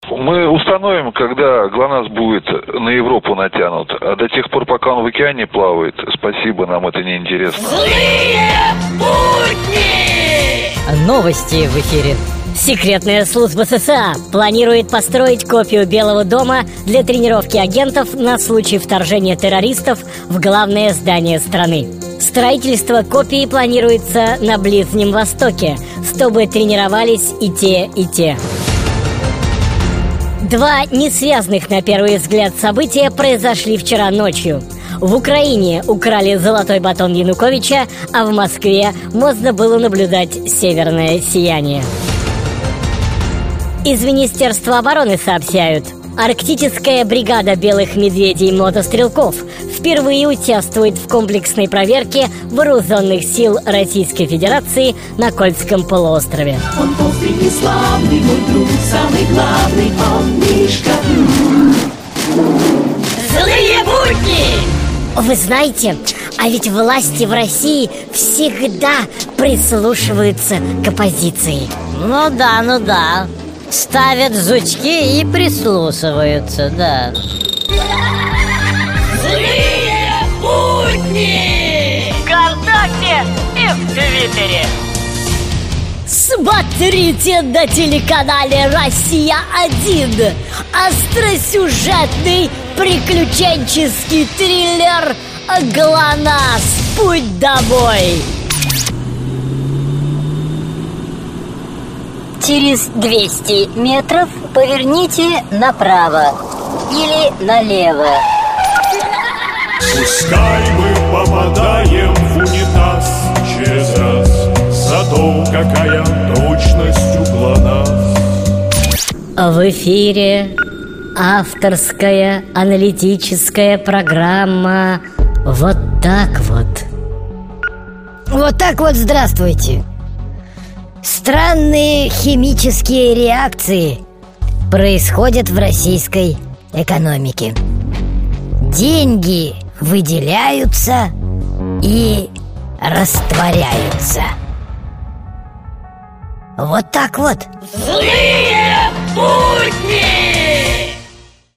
Мы установим, когда ГЛОНАСС будет на Европу натянут. А до тех пор, пока он в океане плавает, спасибо, нам это не интересно. Злые будни! Новости в эфире. Секретная служба США планирует построить копию Белого дома для тренировки агентов на случай вторжения террористов в главное здание страны. Строительство копии планируется на Ближнем Востоке, чтобы тренировались и те, и те. Два несвязанных на первый взгляд события произошли вчера ночью. В Украине украли золотой батон Януковича, а в Москве можно было наблюдать северное сияние. Из Министерства обороны сообщают: арктическая бригада белых медведей-мотострелков впервые участвует в комплексной проверке вооруженных сил Российской Федерации на Кольском полуострове. Он острый и славный, мой друг, самый главный, он Мишка. Злые будни! Вы знаете, а ведь власти в России всегда прислушиваются к оппозиции. Ну да. Ставят жучки и прислушиваются, да. Злые будни! ВКонтакте и в Твиттере. Смотрите на телеканале «Россия-1» остросюжетный приключенческий триллер «ГЛОНАСС. Путь домой». Через 200 метров поверните направо или налево. Пускай мы попадаем в унитаз через раз, зато какая точность у ГЛОНАСС. В эфире авторская аналитическая программа «Вот так вот». Вот так вот, здравствуйте. Странные химические реакции происходят в российской экономике. Деньги выделяются и растворяются. Вот так вот. Злые будни!